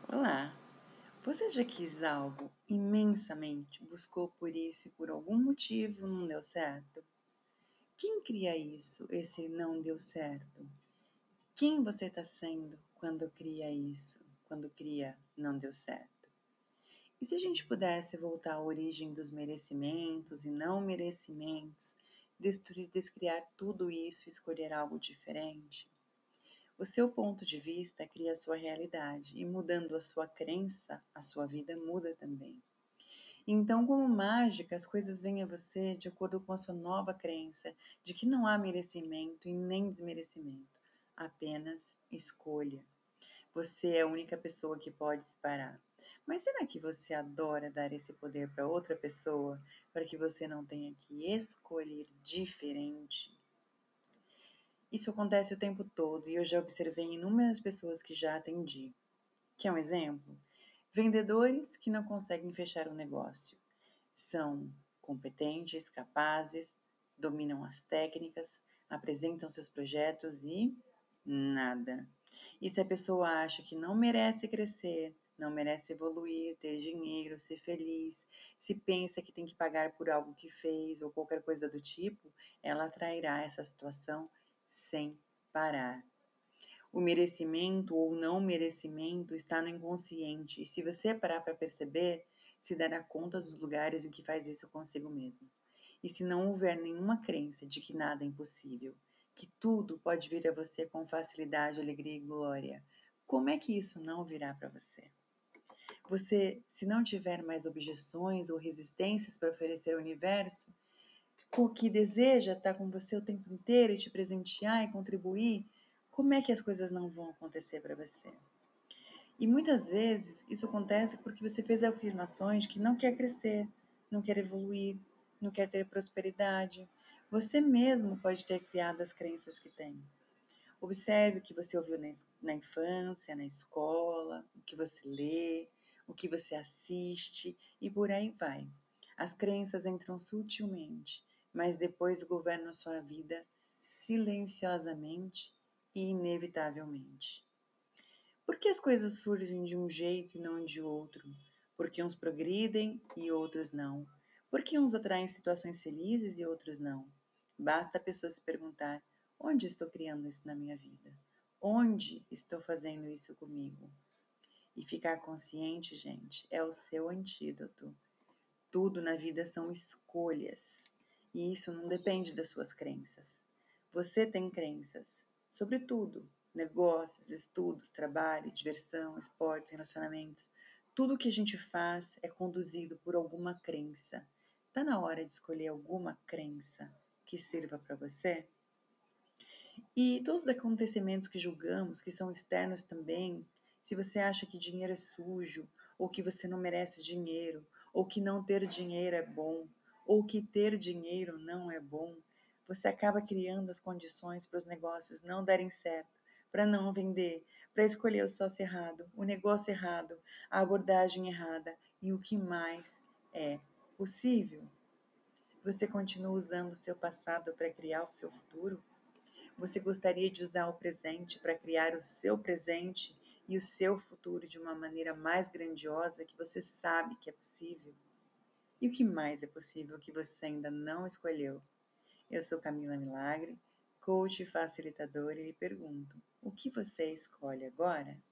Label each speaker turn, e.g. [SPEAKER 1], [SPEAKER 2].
[SPEAKER 1] Olá! Você já quis algo imensamente, buscou por isso e por algum motivo não deu certo? Quem cria isso, esse não deu certo? Quem você está sendo quando cria isso, quando cria não deu certo? E se a gente pudesse voltar à origem dos merecimentos e não merecimentos, destruir, descriar tudo isso e escolher algo diferente? O seu ponto de vista cria a sua realidade e mudando a sua crença, a sua vida muda também. Então, como mágica, as coisas vêm a você de acordo com a sua nova crença de que não há merecimento e nem desmerecimento, apenas escolha. Você é a única pessoa que pode se parar. Mas será que você adora dar esse poder para outra pessoa para que você não tenha que escolher diferente? Isso acontece o tempo todo e eu já observei inúmeras pessoas que já atendi. Quer um exemplo? Vendedores que não conseguem fechar um negócio. São competentes, capazes, dominam as técnicas, apresentam seus projetos e nada. E se a pessoa acha que não merece crescer, não merece evoluir, ter dinheiro, ser feliz, se pensa que tem que pagar por algo que fez ou qualquer coisa do tipo, ela atrairá essa situação sem parar. O merecimento ou não merecimento está no inconsciente, e se você parar para perceber, se dará conta dos lugares em que faz isso consigo mesmo. E se não houver nenhuma crença de que nada é impossível, que tudo pode vir a você com facilidade, alegria e glória, como é que isso não virá para você? Você, se não tiver mais objeções ou resistências para oferecer ao universo, o que deseja estar com você o tempo inteiro e te presentear e contribuir, como é que as coisas não vão acontecer para você? E muitas vezes isso acontece porque você fez afirmações de que não quer crescer, não quer evoluir, não quer ter prosperidade. Você mesmo pode ter criado as crenças que tem. Observe o que você ouviu na infância, na escola, o que você lê, o que você assiste e por aí vai. As crenças entram sutilmente, mas depois governam sua vida silenciosamente e inevitavelmente. Por que as coisas surgem de um jeito e não de outro? Por que uns progridem e outros não? Por que uns atraem situações felizes e outros não? Basta a pessoa se perguntar: onde estou criando isso na minha vida? Onde estou fazendo isso comigo? E ficar consciente, gente, é o seu antídoto. Tudo na vida são escolhas. E isso não depende das suas crenças. Você tem crenças sobre tudo: negócios, estudos, trabalho, diversão, esportes, relacionamentos. Tudo que a gente faz é conduzido por alguma crença. Está na hora de escolher alguma crença que sirva para você? E todos os acontecimentos que julgamos, que são externos também, se você acha que dinheiro é sujo, ou que você não merece dinheiro, ou que não ter dinheiro é bom, ou que ter dinheiro não é bom, você acaba criando as condições para os negócios não darem certo, para não vender, para escolher o sócio errado, o negócio errado, a abordagem errada e o que mais é possível. Você continua usando o seu passado para criar o seu futuro? Você gostaria de usar o presente para criar o seu presente e o seu futuro de uma maneira mais grandiosa que você sabe que é possível? E o que mais é possível que você ainda não escolheu? Eu sou Camila Milagre, coach e facilitadora, e lhe pergunto: o que você escolhe agora?